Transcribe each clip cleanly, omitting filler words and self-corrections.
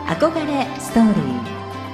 憧れストーリー。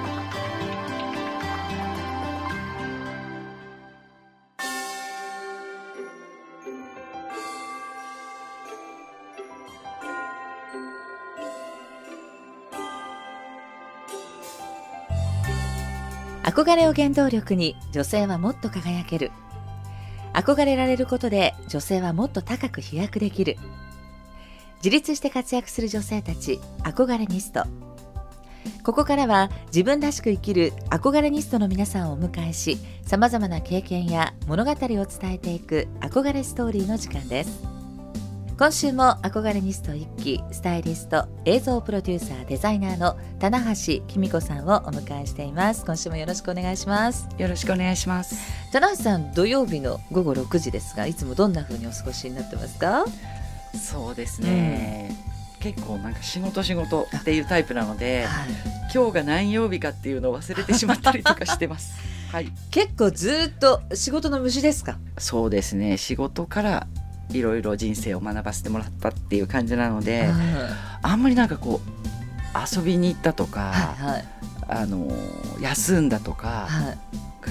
憧れを原動力に女性はもっと輝ける。憧れられることで女性はもっと高く飛躍できる。自立して活躍する女性たち、憧れニスト。ここからは自分らしく生きる憧れニストの皆さんをお迎えし、さまざまな経験や物語を伝えていく憧れストーリーの時間です。今週も憧れニスト1期、スタイリスト、映像プロデューサー、デザイナーの棚橋紀美子さんをお迎えしています。今週もよろしくお願いします。 よろしくお願いします。 棚橋さん、土曜日の午後6時ですが、いつもどんな風にお過ごしになってますか？ そうですね、結構なんか仕事っていうタイプなので、 はい、 今日が何曜日かっていうのを忘れてしまったりとかしてますはい、 結構ずっと仕事の虫ですか？ そうですね、仕事からいろいろ人生を学ばせてもらったっていう感じなので、あんまりなんかこう遊びに行ったとか、はいはい、休んだとか、はい、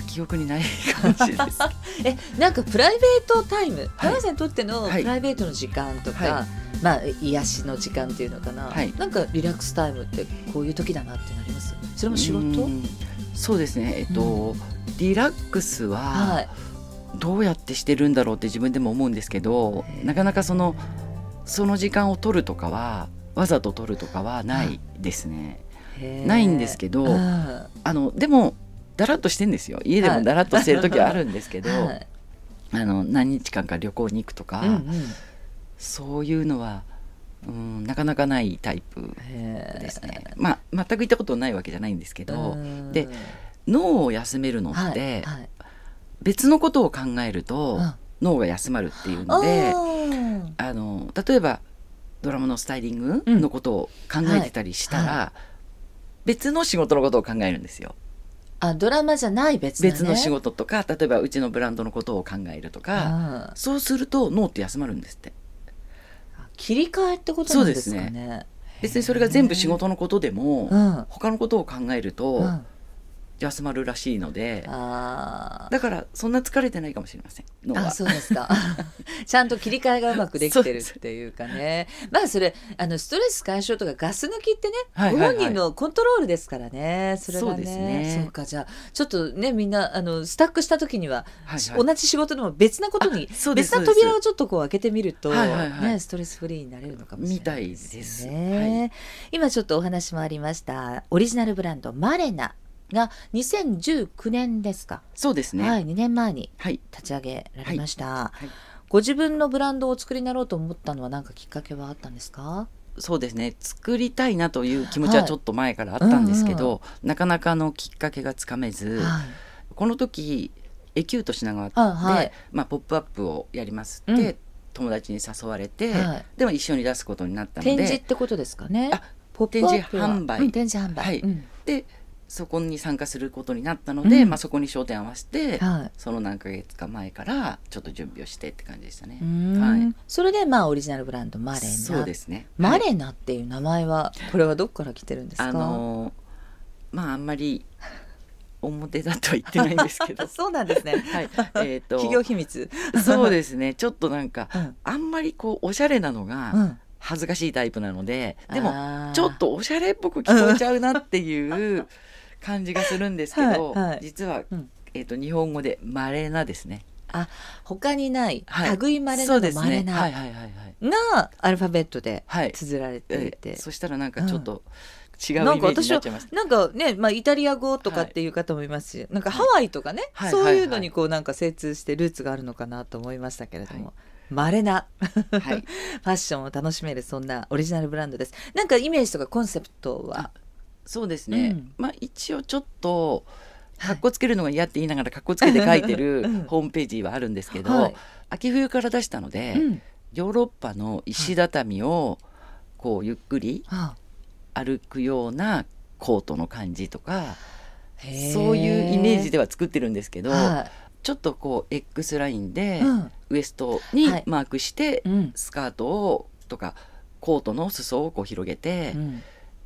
記憶にない感じですなんかプライベートタイム、棚橋さんにとってのプライベートの時間とか、はい、まあ癒しの時間っていうのかな、はい、なんかリラックスタイムってこういう時だなってなります？それも仕事？ そうですね、リラックスは、はい、どうやってしてるんだろうって自分でも思うんですけど、なかなかその時間を取るとかはわざと取るとかはないですね。ないんですけど、でもだらっとしてんですよ。家でもだらっとしてる時はあるんですけど、はい、何日間か旅行に行くとか、そういうのは、なかなかないタイプですね。まあ全く行ったことないわけじゃないんですけど、で脳を休めるのって、はいはい、別のことを考えると脳が休まるっていうので、例えばドラマのスタイリングのことを考えてたりしたら、はいはい、別の仕事のことを考えるんですよ。 ドラマじゃない別の仕事とか、例えばうちのブランドのことを考えるとか、そうすると脳って休まるんですって。 切り替えってことなんですかね。 そうですね。別にそれが全部仕事のことでも、他のことを考えると、休まるらしいので、だからそんな疲れてないかもしれません。脳は。 そうですかちゃんと切り替えがうまくできてるっていうかね。まあそれストレス解消とかガス抜きってね、ご本人のコントロールですからね。それがね。そうですね。そうか、じゃあちょっとね、みんなスタックした時には、同じ仕事でも別なことに、別な扉をちょっとこう開けてみると、ストレスフリーになれるのかもしれないですね。今ちょっとお話もありましたオリジナルブランドマレナが2019年ですか？ そうですね、 はい、2年前に立ち上げられました、はいはい、ご自分のブランドをお作りになろうと思ったのは何かきっかけはあったんですか？ そうですね、作りたいなという気持ちはちょっと前からあったんですけど、なかなかきっかけがつかめず、この時エキュート品川で、ポップアップをやりますって、友達に誘われて、でも一緒に出すことになったので。 展示ってことですかね？ 展示販売、 展示販売、 でそこに参加することになったので、そこに焦点を合わせて、その何ヶ月か前からちょっと準備をしてって感じでしたね。 それでオリジナルブランドマレナ。 そうですね。 マレナっていう名前は、これはどこから来てるんですか？ あんまり表だとは言ってないんですけどそうなんですね。企業秘密そうですね。ちょっとなんか、あんまりおしゃれなのが恥ずかしいタイプなので、でもちょっとおしゃれっぽく聞こえちゃうなっていう感じがするんですけど、実は、日本語でマレナですね。 他にない類まれなのマレナがアルファベットで綴られていて、 そしたらなんかちょっと違うイメージになっちゃいました。 なんかね、イタリア語とかっていう方もいますし、なんかハワイとかね、そういうのになんか精通してルーツがあるのかなと思いましたけれども、まれなファッションを楽しめる、そんなオリジナルブランドです。なんかイメージとかコンセプトは？ そうですね、一応ちょっとかっこつけるのが嫌って言いながらかっこつけて書いてるホームページはあるんですけど、秋冬から出したので、ヨーロッパの石畳をゆっくり歩くようなコートの感じとか、そういうイメージでは作ってるんですけど、ちょっとX ラインでウエストにマークして、スカートをとかコートの裾を広げて、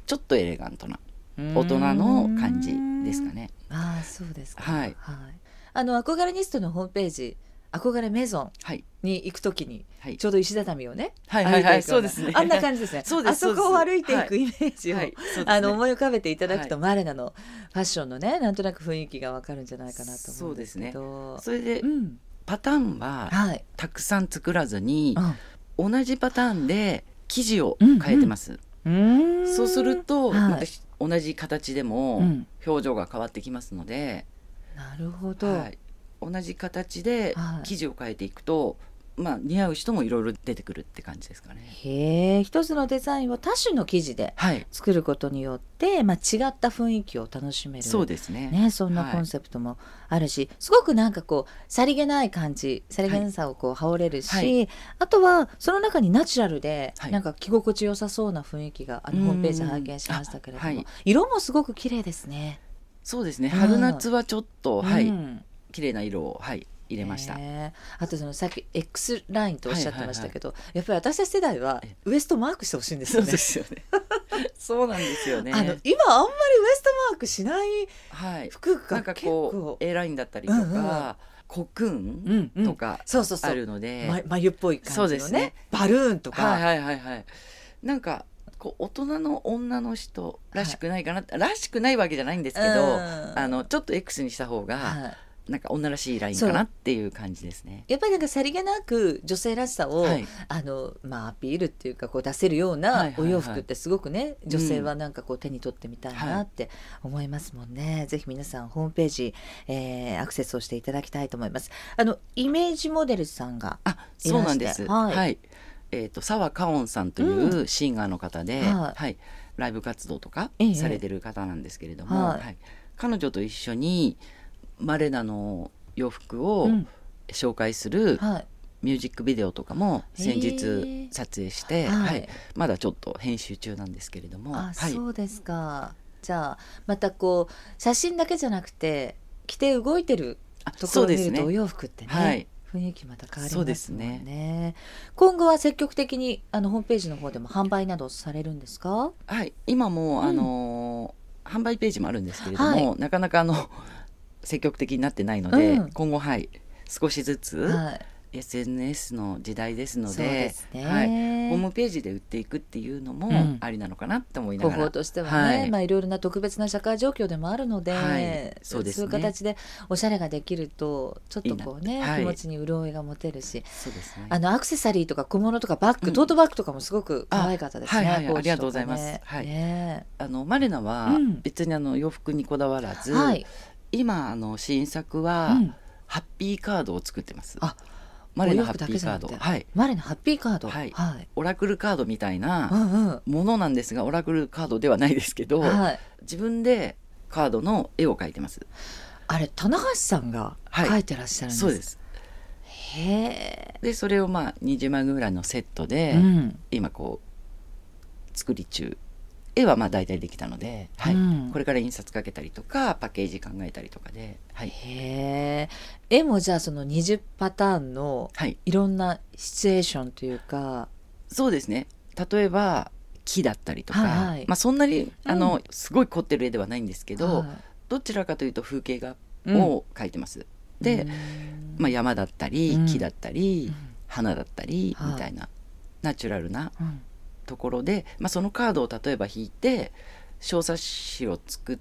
ちょっとエレガントな大人の感じですかね。 ああ、そうですか。 はい、 憧れニストのホームページ、憧れメゾンに行くときに、 はい、 ちょうど石畳をね、 はいはいはい、そうですね、 あんな感じですね。 そうです、 あそこを歩いていくイメージを、 はい思い浮かべていただくと、マレナのファッションのね、なんとなく雰囲気がわかるんじゃないかなと思うんですけど。 それで、パターンはたくさん作らずに、同じパターンで生地を変えてます。そうすると、同じ形でも表情が変わってきますので、 なるほど、 同じ形で生地を変えていくと、似合う人もいろいろ出てくるって感じですかね。 へえ、一つのデザインを多種の生地で作ることによって、違った雰囲気を楽しめる、 そうですね、 そんなコンセプトもあるし、すごくなんかこうさりげない感じ、さりげなさをこう羽織れるし、あとはその中にナチュラルで、なんか着心地よさそうな雰囲気がホームページ拝見しましたけれども、色もすごく綺麗ですね。 そうですね、春夏はちょっと綺麗な色を入れました。 あとさっき X ラインとおっしゃってましたけど、やっぱり私たち世代はウエストマークしてほしいんですよね。 そうですよねそうなんですよね。 今あんまりウエストマークしない服がなんかこう A ラインだったりとか、コクーンとかあるので、 眉っぽい感じのね、バルーンとか、 なんか大人の女の人らしくないかな、らしくないわけじゃないんですけど、ちょっと X にした方がなんか女らしいラインかなっていう感じですね。 やっぱりなんかさりげなく女性らしさを、アピールっていうか出せるようなお洋服ってすごくね、女性はなんか手に取ってみたいなって思いますもんね。ぜひ皆さんホームページ、アクセスをしていただきたいと思います。イメージモデルさんがいらして、 そうなんです。澤香音さんというシンガーの方で、ライブ活動とかされてる方なんですけれども、彼女と一緒にマレナの洋服を紹介するミュージックビデオとかも先日撮影して、まだちょっと編集中なんですけれども。 そうですか。じゃあまた写真だけじゃなくて着て動いてるところを見るとお洋服ってね、雰囲気また変わりますもんね。今後は積極的にホームページの方でも販売などされるんですか？ 今も販売ページもあるんですけれども、なかなか積極的になってないので、今後少しずつ、SNS の時代ですので、ホームページで売っていくっていうのもありなのかなと思いながら、 方法としてはね、いろいろな特別な社会状況でもあるので、そういう形でおしゃれができるとちょっと気持ちに潤いが持てるし、アクセサリーとか小物とかバッグ、トートバッグとかもすごく可愛かったですね。 ありがとうございます。マレナは別に洋服にこだわらず、今新作はハッピーカードを作ってます。マレナハッピーカード、 マレナハッピーカード、 オラクルカードみたいなものなんですが、オラクルカードではないですけど、自分でカードの絵を描いてます。 あれ棚橋さんが描いてらっしゃるんですか？ そうです。でそれを20枚ぐらいのセットで、今作り中。絵は大体できたので、これから印刷かけたりとかパッケージ考えたりとかで、 絵もじゃあその20パターンのいろんなシチュエーションというか、 そうですね、例えば木だったりとか、そんなにすごい凝ってる絵ではないんですけど、どちらかというと風景画を描いてます。で、山だったり木だったり、花だったりみたいなナチュラルなところで、そのカードを例えば引いて小冊子を作って、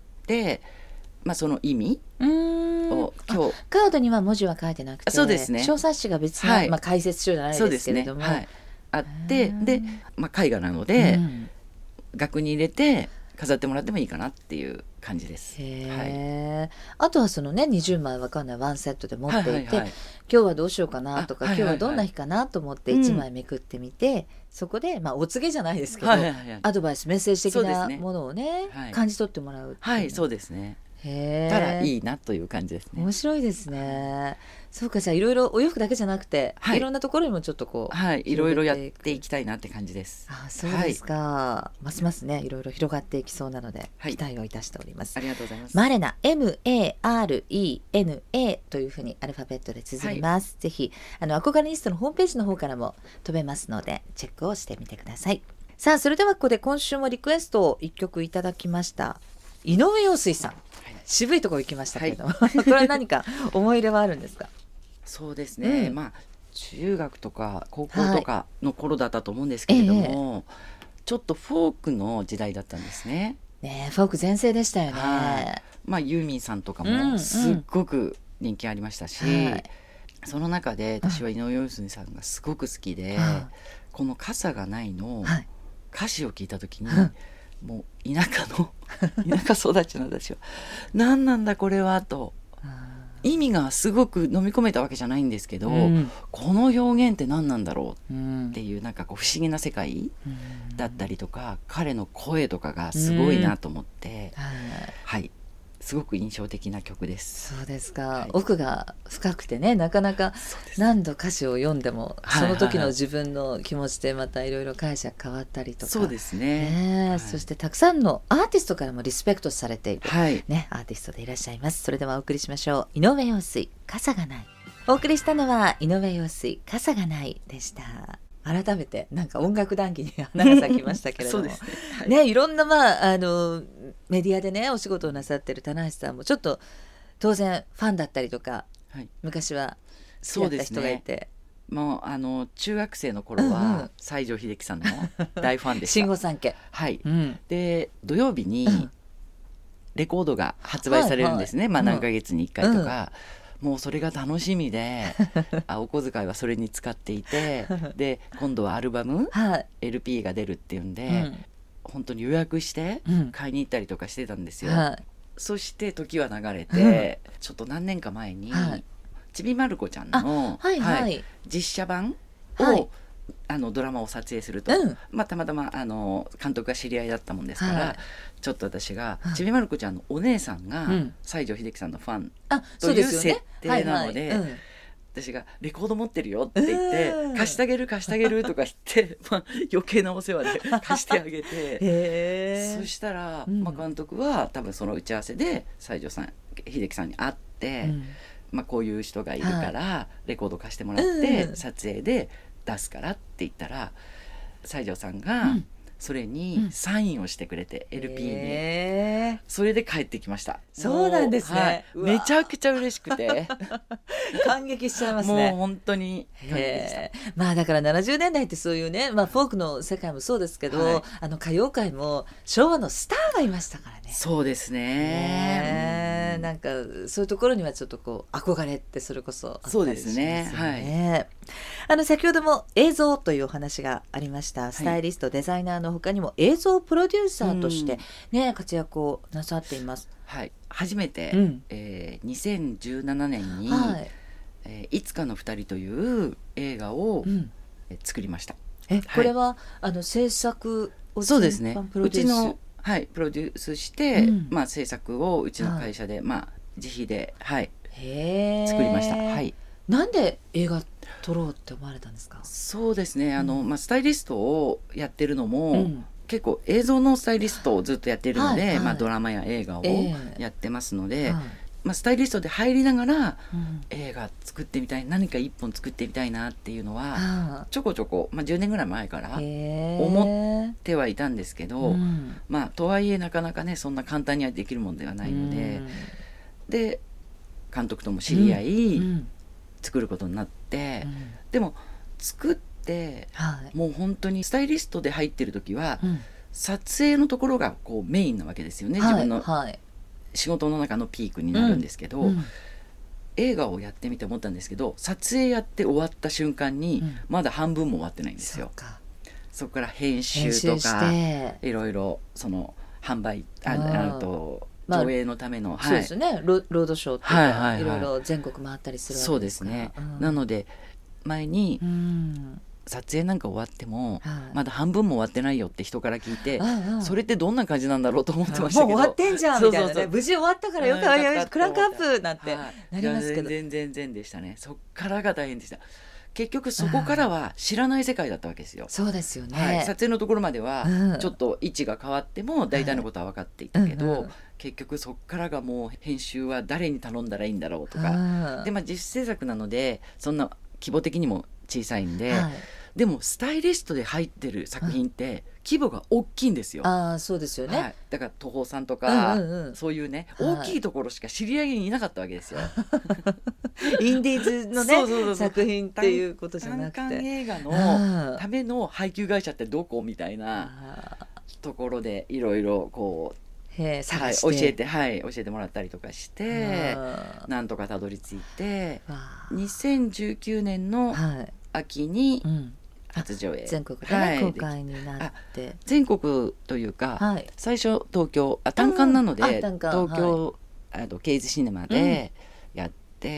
その意味をカードには文字は書いてなくて、 そうですね、 小冊子が別に、解説書じゃないですけれども、 あって、で、絵画なので、額に入れて飾ってもらってもいいかなっていう感じです。 あとはそのね20枚わかんないワンセットで持っていて、今日はどうしようかなとか、今日はどんな日かなと思って1枚めくってみて、そこでお告げじゃないですけど、アドバイスメッセージ的なものをね感じ取ってもらう。 そうですね。たらいいなという感じですね。 面白いですね。そうか、じゃあいろいろお洋服だけじゃなくて、いろんなところにもちょっといろいろやっていきたいなって感じです。 そうですか。ますますねいろいろ広がっていきそうなので、期待をいたしております。 ありがとうございます。 マレナ MARENA というふうにアルファベットで綴ります。ぜひ憧れニストのホームページの方からも飛べますのでチェックをしてみてください。 さあそれではここで今週もリクエストを1曲いただきました井上陽水さん、渋いところ行きましたけれども、これは何か思い入れはあるんですか？ そうですね、中学とか高校とかの頃だったと思うんですけれども、ちょっとフォークの時代だったんですね。 ね、フォーク全盛でしたよね。 ユーミンさんとかもすっごく人気ありましたし、その中で私は井上陽水さんがすごく好きで、この傘がないの歌詞を聞いた時に、もう田舎育ちの私は何なんだこれはと、意味がすごく飲み込めたわけじゃないんですけど、この表現って何なんだろうっていう、なんかこう不思議な世界だったりとか、彼の声とかがすごいなと思って、すごく印象的な曲です。 そうですか、奥が深くてね、なかなか何度歌詞を読んでもその時の自分の気持ちでまたいろいろ解釈変わったりとか、 そうですね、 そしてたくさんのアーティストからもリスペクトされている、アーティストでいらっしゃいます。それではお送りしましょう。井上陽水、傘がない。お送りしたのは井上陽水、傘がないでした。改めてなんか音楽談義に花が咲きましたけれどもいろんなメディアでねお仕事をなさってる棚橋さんもちょっと当然ファンだったりとか、昔は好きだった人がいて、 もう中学生の頃は西城秀樹さんの大ファンでした。 新御三家、 で土曜日にレコードが発売されるんですね、何ヶ月に1回とか、もうそれが楽しみでお小遣いはそれに使っていてで今度はアルバム、LP が出るっていうんで、本当に予約して買いに行ったりとかしてたんですよ。そして時は流れて、ちょっと何年か前に、ちびまる子ちゃんの実写版をドラマを撮影すると、たまたま監督が知り合いだったもんですから、ちょっと私がちびまる子ちゃんのお姉さんが西城秀樹さんのファンという設定なので、私がレコード持ってるよって言って貸してあげるとか言って余計なお世話で貸してあげてそしたら監督は多分その打ち合わせで西城秀樹さんに会って、こういう人がいるからレコード貸してもらって撮影で出すからって言ったら、西城さんがそれにサインをしてくれて、LP にそれで帰ってきました。 そうなんですね、 めちゃくちゃ嬉しくて感激しちゃいますね。 もう本当に感激でした。 だから70年代ってそういうね、フォークの世界もそうですけど、歌謡界も昭和のスターがいましたからね。 そうですね、 なんかそういうところにはちょっとこう憧れってそれこそあったりしますよね。 そうですね、 先ほども映像というお話がありました。スタイリスト、デザイナーの他にも映像プロデューサーとして活躍をなさっています。 初めて、2017年に、いつかの二人という映画を、作りました。 これは制作をそうですね、うちのプロデュースして、制作をうちの会社で、自費で、作りました。 なんで映画撮ろうって思われたんですか？ そうですね、スタイリストをやってるのも、結構映像のスタイリストをずっとやってるので、ドラマや映画をやってますので、スタイリストで入りながら、映画作ってみたい、何か一本作ってみたいなっていうのはちょこちょこ、10年ぐらい前から思ってはいたんですけど、とはいえなかなかねそんな簡単にはできるものではないので、で監督とも知り合い、作ることになって、でも作って、もう本当にスタイリストで入ってる時は、撮影のところがこうメインなわけですよね、自分の仕事の中のピークになるんですけど、映画をやってみて思ったんですけど、撮影やって終わった瞬間に、まだ半分も終わってないんですよ。そこから編集とかいろいろその販売と上映のための、 そうですね、ロードショーとかいろいろ全国回ったりするわけですから。 そうですね、なので前に、撮影なんか終わっても、まだ半分も終わってないよって人から聞いて、それってどんな感じなんだろうと思ってましたけど、 もう終わってんじゃんみたいなね、無事終わったからよかったクランクアップなんてなりますけど、 全然でしたね。そっからが大変でした。結局そこからは知らない世界だったわけですよ。 そうですよね、 撮影のところまではちょっと位置が変わっても大体のことは分かっていたけど、結局そこからがもう編集は誰に頼んだらいいんだろうとかで、自主制作なのでそんな規模的にも小さいんで、 でもスタイリストで入ってる作品って規模が大きいんですよ。 ああそうですよね、 はい、だから東宝さんとか、そういうね、 はい、 大きいところしか知り合いにいなかったわけですよ。 インディーズのねそう作品っていうことじゃなくて、 単館映画のための配給会社ってどこみたいなところでいろいろこう探して、 教えてもらったりとかしてなんとかたどり着いて2019年の秋に初上映、 全国で、ね公開になって、 全国というか、最初東京単館なので東京、ケイズシネマでやって、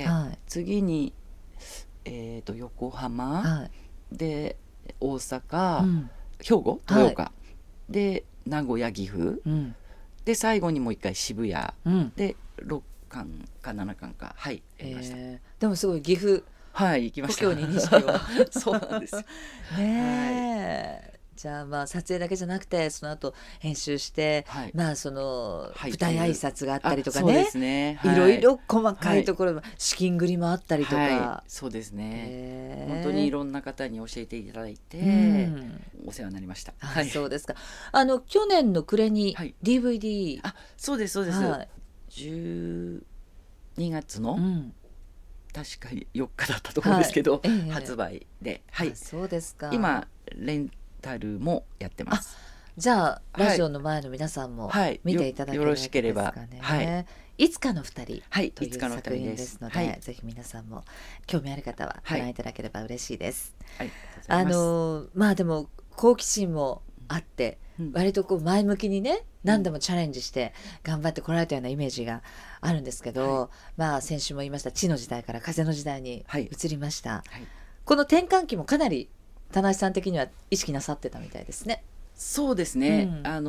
次に、横浜、で大阪、兵庫豊岡、で名古屋岐阜、で最後にもう一回渋谷、で6巻か7巻かやりました。 でもすごい岐阜行きました。 故郷に錦をそうなんですね。じゃあまあ撮影だけじゃなくてその後編集して、まあその舞台挨拶があったりとかね、いろいろ細かいところ、資金繰りもあったりとか、 そうですね。本当にいろんな方に教えていただいて、お世話になりました。 そうですか。去年の暮れに DVD、 そうですそうです。12月の、確か4日だったと思うんですけど、発売で、 そうですか。 今レンタルもやってます。 じゃあラジオの前の皆さんも見ていただけるわけですかね。いつかの2人という作品ですので、ぜひ皆さんも興味ある方はご覧いただければ嬉しいです。まあでも好奇心もあって、割とこう前向きにね何でもチャレンジして頑張ってこられたようなイメージがあるんですけど、まあ先週も言いました地の時代から風の時代に移りました、この転換期もかなり田無さん的には意識なさってたみたいですね。 そうですね、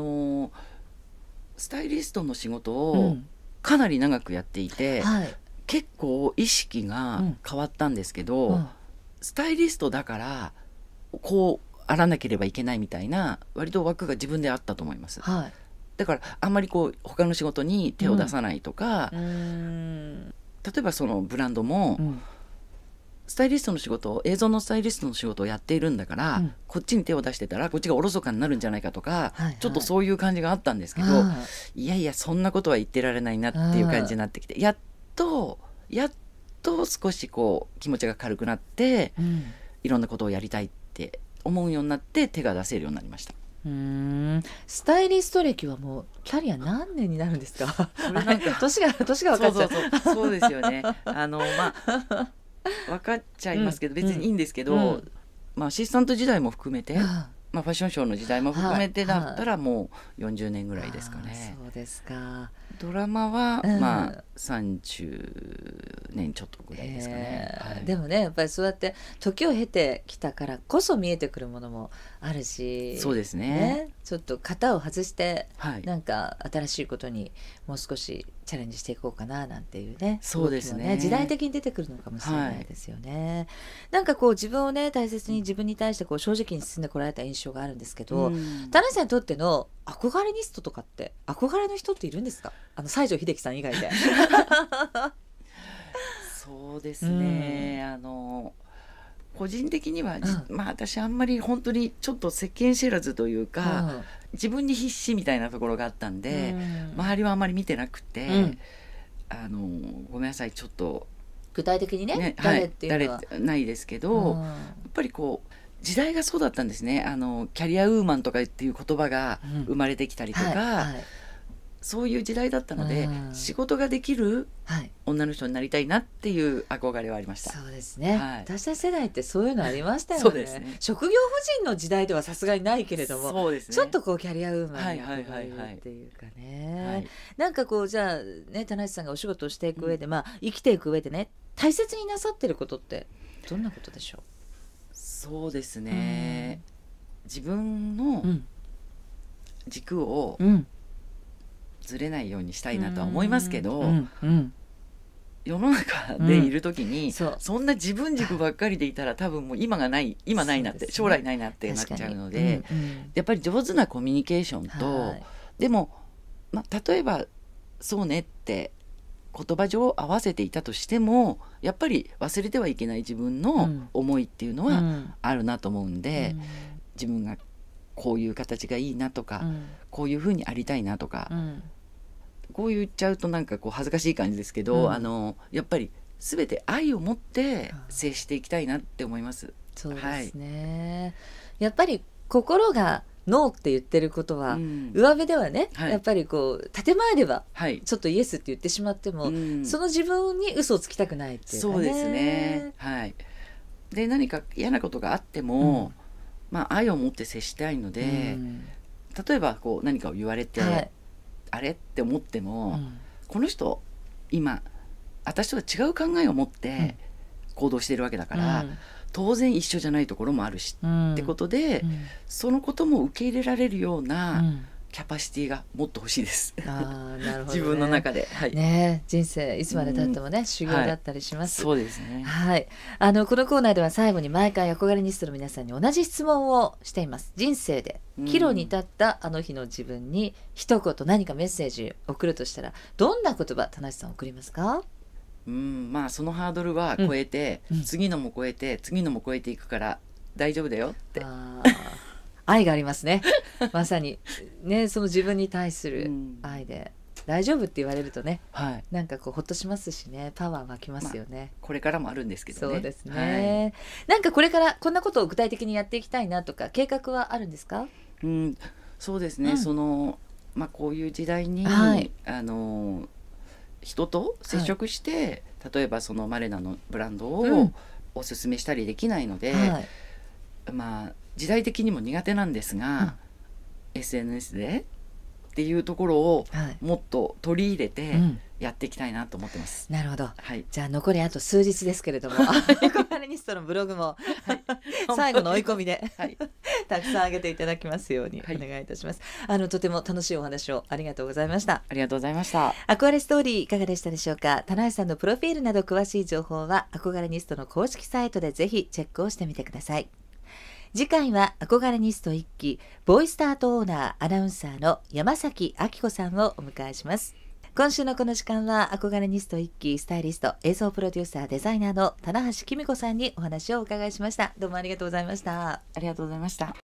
スタイリストの仕事をかなり長くやっていて、結構意識が変わったんですけど、スタイリストだからこうあらなければいけないみたいな割と枠が自分であったと思います、だからあんまりこう他の仕事に手を出さないとか、例えばそのブランドも、スタイリストの仕事、映像のスタイリストの仕事をやっているんだから、こっちに手を出してたらこっちがおろそかになるんじゃないかとか、ちょっとそういう感じがあったんですけど、いやいやそんなことは言ってられないなっていう感じになってきて、やっと少しこう気持ちが軽くなって、いろんなことをやりたいって思うようになって手が出せるようになりました。 スタイリスト歴はもうキャリア何年になるんですか？年が分かっちゃう。 そうですよね。分かっちゃいますけど、別にいいんですけど、アシスタント時代も含めて、ファッションショーの時代も含めてだったらもう40年ぐらいですかね。 そうですか。 ドラマは30年ちょっとぐらいですかね。 でもねやっぱりそうやって時を経てきたからこそ見えてくるものもあるし、 そうですね。 ちょっと型を外して、なんか新しいことにもう少しチャレンジしていこうかななんていうね、 そうですね、 時代的に出てくるのかもしれないですよね。なんかこう自分をね大切に自分に対してこう正直に進んでこられた印象があるんですけど、田中さんにとっての憧れニストとかって憧れの人っているんですか？西城秀樹さん以外で。 そうですね、個人的には、私あんまり本当にちょっと世間知らずというか、自分に必死みたいなところがあったんで、周りはあんまり見てなくて、ごめんなさいちょっと具体的にね誰っていうのはないですけど、やっぱりこう時代がそうだったんですね。キャリアウーマンとかっていう言葉が生まれてきたりとか、そういう時代だったので、仕事ができる女の人になりたいなっていう憧れはありました。 そうですね、私たち世代ってそういうのありましたよね。 そうですね。 職業婦人の時代ではさすがにないけれども、 そうですね、 ちょっとこうキャリアウーマンに憧れるっていうかね、なんかこうじゃあね田無さんがお仕事をしていく上で、生きていく上でね大切になさってることってどんなことでしょう？ そうですね、自分の軸をずれないようにしたいなとは思いますけど、世の中でいる時に、そんな自分軸ばっかりでいたら多分もう今ないなって、将来ないなってなっちゃうので、やっぱり上手なコミュニケーションと、でも、例えばそうねって言葉上合わせていたとしてもやっぱり忘れてはいけない自分の思いっていうのはあるなと思うんで、自分がこういう形がいいなとか、こういうふうにありたいなとか、こう言っちゃうとなんかこう恥ずかしい感じですけど、やっぱり全て愛を持って接していきたいなって思います。 そうですね、やっぱり心がノーって言ってることは、上辺ではね、やっぱりこう建前ではちょっとイエスって言ってしまっても、その自分に嘘をつきたくないっていうかね。 そうですね、で何か嫌なことがあっても、愛を持って接したいので、例えばこう何かを言われて、あれって思っても、この人今私とは違う考えを持って行動しているわけだから、当然一緒じゃないところもあるし、ってことで、そのことも受け入れられるようなキャパシティがもっと欲しいです。 なるほどね、 自分の中で、 ね、人生いつまで経ってもね、修行だったりします。 そうですね。 このコーナーでは最後に毎回憧れニストの皆さんに同じ質問をしています。人生で岐路に立ったあの日の自分に一言何かメッセージを送るとしたら、どんな言葉田無さん送りますか？ そのハードルは超えて、次のも超えて次のも超えていくから大丈夫だよって。 愛がありますね。まさにね、その自分に対する愛で、大丈夫って言われるとね、なんかこうほっとしますしね、パワー湧きますよね。 これからもあるんですけどね。 そうですね、なんかこれからこんなことを具体的にやっていきたいなとか計画はあるんですか？ そうですね、こういう時代に、人と接触して、例えばそのマレナのブランドをおすすめしたりできないので、時代的にも苦手なんですが、SNS でっていうところをもっと取り入れてやっていきたいなと思ってます。 なるほど、じゃあ残りあと数日ですけれども憧れニストのブログも、最後の追い込みで、たくさん上げていただきますようにお願いいたします。とても楽しいお話をありがとうございました。 ありがとうございました。 憧れストーリーいかがでしたでしょうか？田無さんのプロフィールなど詳しい情報は憧れニストの公式サイトでぜひチェックをしてみてください。次回は憧れニスト1期ボイスタートオーナーアナウンサーの山崎明子さんをお迎えします。今週のこの時間は憧れニスト1期スタイリスト映像プロデューサーデザイナーの棚橋公子さんにお話をお伺いしました。どうもありがとうございました。 ありがとうございました。